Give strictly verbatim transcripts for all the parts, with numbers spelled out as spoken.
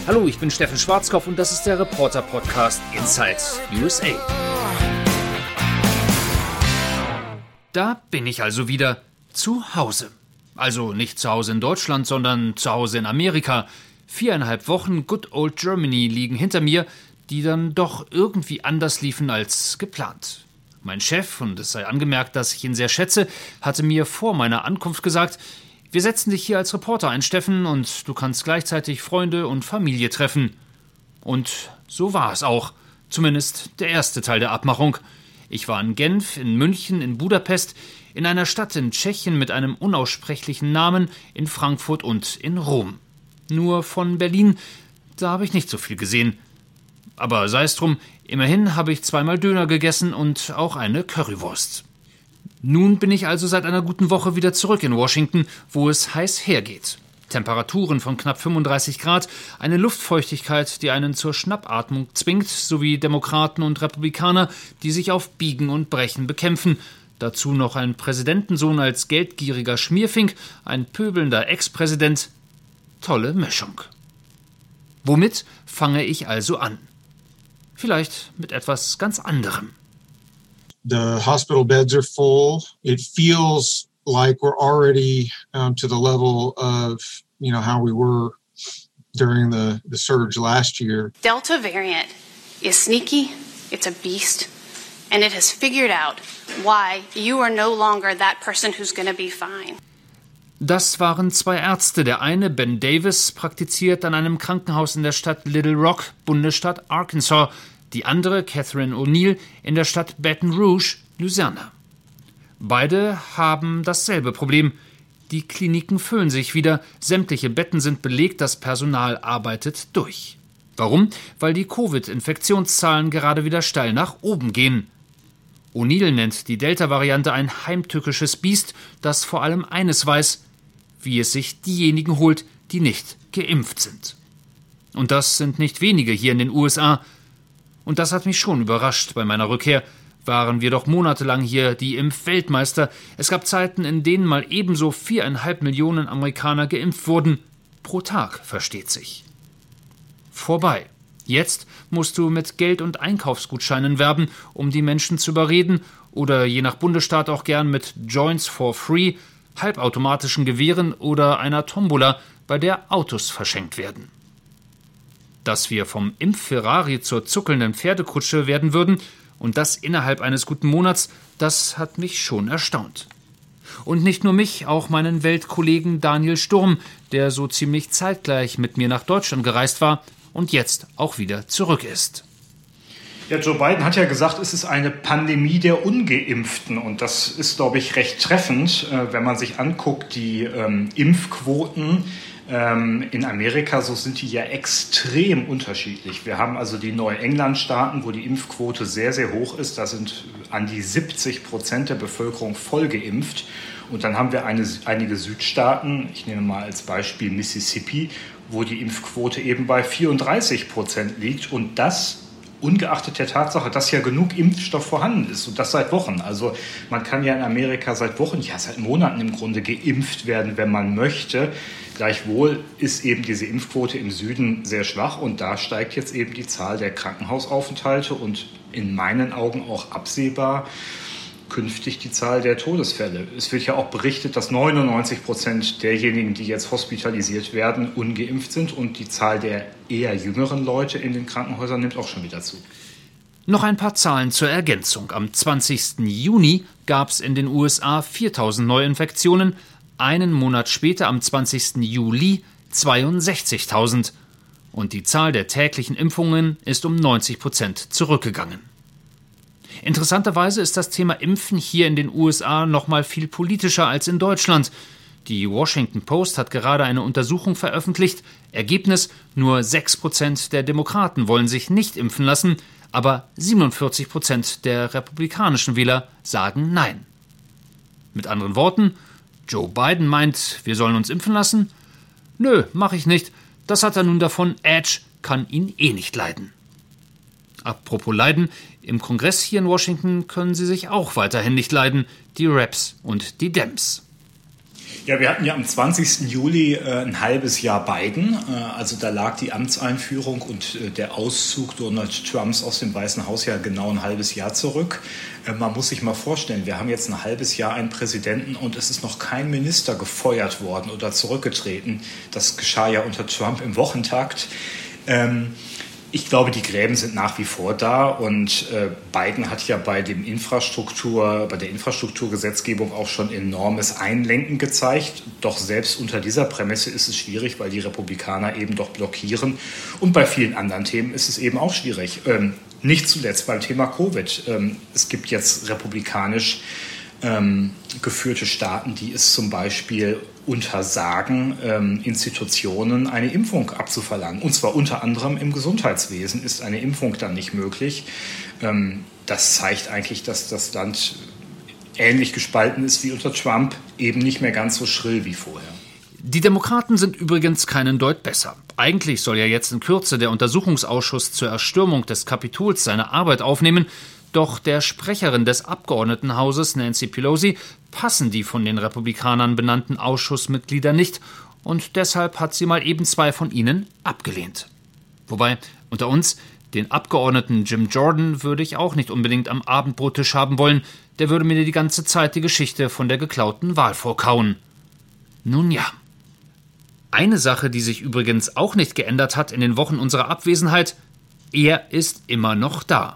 Hallo, ich bin Steffen Schwarzkopf und das ist der Reporter-Podcast Inside U S A. Da bin ich also wieder zu Hause. Also nicht zu Hause in Deutschland, sondern zu Hause in Amerika. Viereinhalb Wochen Good Old Germany liegen hinter mir, die dann doch irgendwie anders liefen als geplant. Mein Chef, und es sei angemerkt, dass ich ihn sehr schätze, hatte mir vor meiner Ankunft gesagt, wir setzen dich hier als Reporter ein, Steffen, und du kannst gleichzeitig Freunde und Familie treffen. Und so war es auch. Zumindest der erste Teil der Abmachung. Ich war in Genf, in München, in Budapest, in einer Stadt in Tschechien mit einem unaussprechlichen Namen, in Frankfurt und in Rom. Nur von Berlin, da habe ich nicht so viel gesehen. Aber sei es drum, immerhin habe ich zweimal Döner gegessen und auch eine Currywurst. Nun bin ich also seit einer guten Woche wieder zurück in Washington, wo es heiß hergeht. Temperaturen von knapp fünfunddreißig Grad, eine Luftfeuchtigkeit, die einen zur Schnappatmung zwingt, sowie Demokraten und Republikaner, die sich auf Biegen und Brechen bekämpfen. Dazu noch ein Präsidentensohn als geldgieriger Schmierfink, ein pöbelnder Ex-Präsident. Tolle Mischung. Womit fange ich also an? Vielleicht mit etwas ganz anderem. The hospital beds are full. It feels like we're already um, to the level of, you know, how we were during the, the surge last year. Delta variant is sneaky, it's a beast, and it has figured out why you are no longer that person who's going to be fine. Das waren zwei Ärzte. Der eine, Ben Davis, praktiziert an einem Krankenhaus in der Stadt Little Rock, Bundesstaat Arkansas. Die andere, Catherine O'Neill, in der Stadt Baton Rouge, Louisiana. Beide haben dasselbe Problem. Die Kliniken füllen sich wieder, sämtliche Betten sind belegt, das Personal arbeitet durch. Warum? Weil die Covid-Infektionszahlen gerade wieder steil nach oben gehen. O'Neill nennt die Delta-Variante ein heimtückisches Biest, das vor allem eines weiß, wie es sich diejenigen holt, die nicht geimpft sind. Und das sind nicht wenige hier in den U S A. Und das hat mich schon überrascht. Bei meiner Rückkehr waren wir doch monatelang hier die Impfweltmeister. Es gab Zeiten, in denen mal ebenso viereinhalb Millionen Amerikaner geimpft wurden. Pro Tag, versteht sich. Vorbei. Jetzt musst du mit Geld- und Einkaufsgutscheinen werben, um die Menschen zu überreden, oder je nach Bundesstaat auch gern mit Joints for Free, halbautomatischen Gewehren oder einer Tombola, bei der Autos verschenkt werden. Dass wir vom Impf-Ferrari zur zuckelnden Pferdekutsche werden würden, und das innerhalb eines guten Monats, das hat mich schon erstaunt. Und nicht nur mich, auch meinen Weltkollegen Daniel Sturm, der so ziemlich zeitgleich mit mir nach Deutschland gereist war und jetzt auch wieder zurück ist. Ja, Joe Biden hat ja gesagt, es ist eine Pandemie der Ungeimpften. Und das ist, glaube ich, recht treffend, wenn man sich anguckt, die ähm, Impfquoten in Amerika, so sind die ja extrem unterschiedlich. Wir haben also die Neuengland-Staaten, wo die Impfquote sehr, sehr hoch ist. Da sind an die siebzig Prozent der Bevölkerung voll geimpft. Und dann haben wir eine, einige Südstaaten, ich nehme mal als Beispiel Mississippi, wo die Impfquote eben bei vierunddreißig Prozent liegt. Und das ungeachtet der Tatsache, dass ja genug Impfstoff vorhanden ist und das seit Wochen. Also man kann ja in Amerika seit Wochen, ja seit Monaten im Grunde geimpft werden, wenn man möchte. Gleichwohl ist eben diese Impfquote im Süden sehr schwach und da steigt jetzt eben die Zahl der Krankenhausaufenthalte und in meinen Augen auch absehbar künftig die Zahl der Todesfälle. Es wird ja auch berichtet, dass neunundneunzig Prozent derjenigen, die jetzt hospitalisiert werden, ungeimpft sind und die Zahl der eher jüngeren Leute in den Krankenhäusern nimmt auch schon wieder zu. Noch ein paar Zahlen zur Ergänzung. Am zwanzigsten Juni gab es in den U S A viertausend Neuinfektionen, einen Monat später am zwanzigsten Juli zweiundsechzigtausend. Und die Zahl der täglichen Impfungen ist um neunzig Prozent zurückgegangen. Interessanterweise ist das Thema Impfen hier in den U S A noch mal viel politischer als in Deutschland. Die Washington Post hat gerade eine Untersuchung veröffentlicht. Ergebnis: Nur sechs Prozent der Demokraten wollen sich nicht impfen lassen, aber siebenundvierzig Prozent der republikanischen Wähler sagen Nein. Mit anderen Worten, Joe Biden meint, wir sollen uns impfen lassen? Nö, mach ich nicht. Das hat er nun davon. Edge kann ihn eh nicht leiden. Apropos leiden, im Kongress hier in Washington können sie sich auch weiterhin nicht leiden, die Reps und die Dems. Ja, wir hatten ja am zwanzigsten Juli äh, ein halbes Jahr Biden. Äh, also da lag die Amtseinführung und äh, der Auszug Donald Trumps aus dem Weißen Haus ja genau ein halbes Jahr zurück. Äh, man muss sich mal vorstellen, wir haben jetzt ein halbes Jahr einen Präsidenten und es ist noch kein Minister gefeuert worden oder zurückgetreten. Das geschah ja unter Trump im Wochentakt. Ähm, Ich glaube, die Gräben sind nach wie vor da und äh, Biden hat ja bei dem Infrastruktur, bei der Infrastrukturgesetzgebung auch schon enormes Einlenken gezeigt. Doch selbst unter dieser Prämisse ist es schwierig, weil die Republikaner eben doch blockieren. Und bei vielen anderen Themen ist es eben auch schwierig. Ähm, nicht zuletzt beim Thema Covid. Ähm, es gibt jetzt republikanisch ähm, geführte Staaten, die es zum Beispiel untersagen, ähm, Institutionen eine Impfung abzuverlangen. Und zwar unter anderem im Gesundheitswesen ist eine Impfung dann nicht möglich. Ähm, das zeigt eigentlich, dass das Land ähnlich gespalten ist wie unter Trump, eben nicht mehr ganz so schrill wie vorher. Die Demokraten sind übrigens keinen Deut besser. Eigentlich soll ja jetzt in Kürze der Untersuchungsausschuss zur Erstürmung des Kapitols seine Arbeit aufnehmen. Doch der Sprecherin des Abgeordnetenhauses, Nancy Pelosi, passen die von den Republikanern benannten Ausschussmitglieder nicht und deshalb hat sie mal eben zwei von ihnen abgelehnt. Wobei, unter uns, den Abgeordneten Jim Jordan würde ich auch nicht unbedingt am Abendbrottisch haben wollen, der würde mir die ganze Zeit die Geschichte von der geklauten Wahl vorkauen. Nun ja. Eine Sache, die sich übrigens auch nicht geändert hat in den Wochen unserer Abwesenheit, er ist immer noch da.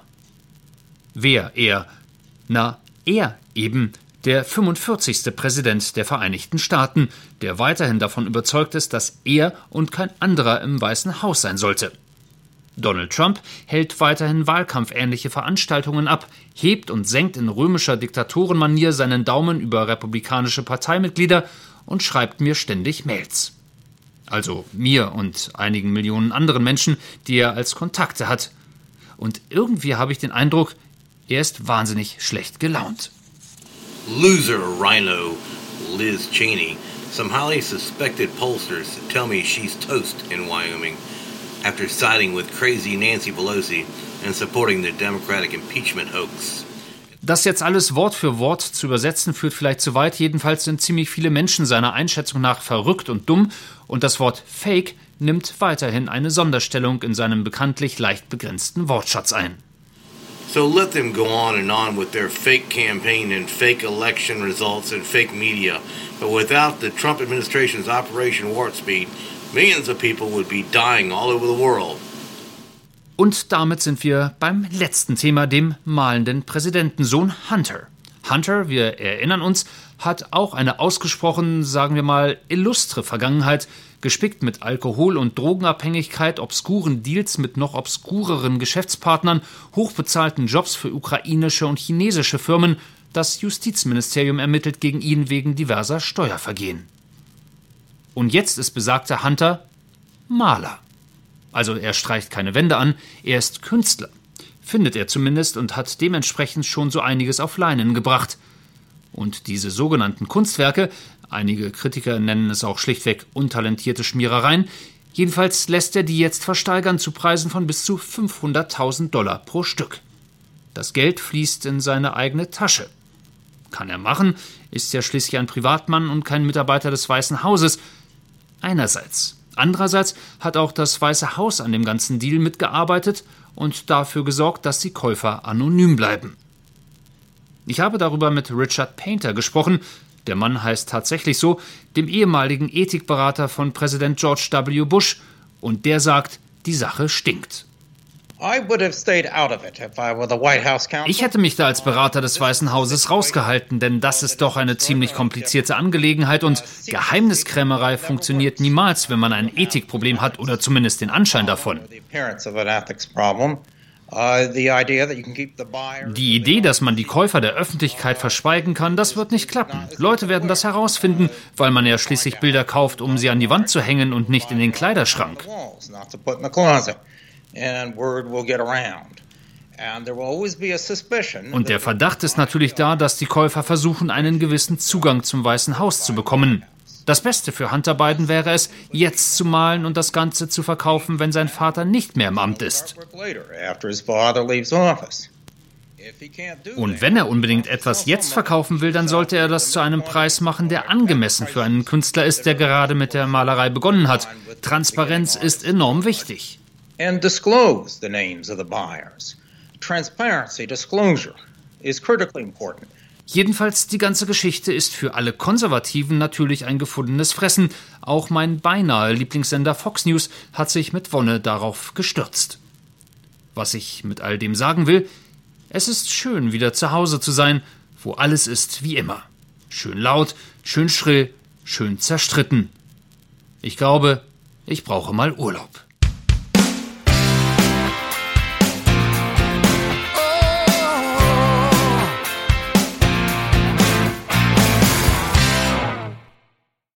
Wer er? Na, er eben, der fünfundvierzigste Präsident der Vereinigten Staaten, der weiterhin davon überzeugt ist, dass er und kein anderer im Weißen Haus sein sollte. Donald Trump hält weiterhin wahlkampfähnliche Veranstaltungen ab, hebt und senkt in römischer Diktatorenmanier seinen Daumen über republikanische Parteimitglieder und schreibt mir ständig Mails. Also mir und einigen Millionen anderen Menschen, die er als Kontakte hat. Und irgendwie habe ich den Eindruck, er ist wahnsinnig schlecht gelaunt. Loser Rhino Liz Cheney. Some highly suspected pollsters tell me she's toast in Wyoming after siding with crazy Nancy Pelosi and supporting the Democratic impeachment hoax. Das jetzt alles Wort für Wort zu übersetzen, führt vielleicht zu weit. Jedenfalls sind ziemlich viele Menschen seiner Einschätzung nach verrückt und dumm. Und das Wort Fake nimmt weiterhin eine Sonderstellung in seinem bekanntlich leicht begrenzten Wortschatz ein. So let them go on and on with their fake campaign and fake election results and fake media. But without the Trump administration's Operation Warp Speed, millions of people would be dying all over the world. Und damit sind wir beim letzten Thema, dem malenden Präsidentensohn Hunter. Hunter, wir erinnern uns, hat auch eine ausgesprochen, sagen wir mal, illustre Vergangenheit, gespickt mit Alkohol- und Drogenabhängigkeit, obskuren Deals mit noch obskureren Geschäftspartnern, hochbezahlten Jobs für ukrainische und chinesische Firmen. Das Justizministerium ermittelt gegen ihn wegen diverser Steuervergehen. Und jetzt ist besagter Hunter Maler. Also er streicht keine Wände an, er ist Künstler. Findet er zumindest und hat dementsprechend schon so einiges auf Leinen gebracht. Und diese sogenannten Kunstwerke, einige Kritiker nennen es auch schlichtweg untalentierte Schmierereien, jedenfalls lässt er die jetzt versteigern zu Preisen von bis zu fünfhunderttausend Dollar pro Stück. Das Geld fließt in seine eigene Tasche. Kann er machen, ist ja schließlich ein Privatmann und kein Mitarbeiter des Weißen Hauses. Einerseits. Andererseits hat auch das Weiße Haus an dem ganzen Deal mitgearbeitet und dafür gesorgt, dass die Käufer anonym bleiben. Ich habe darüber mit Richard Painter gesprochen, der Mann heißt tatsächlich so, dem ehemaligen Ethikberater von Präsident George W. Bush, und der sagt, die Sache stinkt. Ich hätte mich da als Berater des Weißen Hauses rausgehalten, denn das ist doch eine ziemlich komplizierte Angelegenheit und Geheimniskrämerei funktioniert niemals, wenn man ein Ethikproblem hat oder zumindest den Anschein davon. Die Idee, dass man die Käufer der Öffentlichkeit verschweigen kann, das wird nicht klappen. Leute werden das herausfinden, weil man ja schließlich Bilder kauft, um sie an die Wand zu hängen und nicht in den Kleiderschrank. Und der Verdacht ist natürlich da, dass die Käufer versuchen, einen gewissen Zugang zum Weißen Haus zu bekommen. Das Beste für Hunter Biden wäre es, jetzt zu malen und das Ganze zu verkaufen, wenn sein Vater nicht mehr im Amt ist. Und wenn er unbedingt etwas jetzt verkaufen will, dann sollte er das zu einem Preis machen, der angemessen für einen Künstler ist, der gerade mit der Malerei begonnen hat. Transparenz ist enorm wichtig. And disclose the names of the buyers. Transparency, disclosure is critically important. Jedenfalls, die ganze Geschichte ist für alle Konservativen natürlich ein gefundenes Fressen. Auch mein beinahe Lieblingssender Fox News hat sich mit Wonne darauf gestürzt. Was ich mit all dem sagen will, es ist schön, wieder zu Hause zu sein, wo alles ist wie immer. Schön laut, schön schrill, schön zerstritten. Ich glaube, ich brauche mal Urlaub.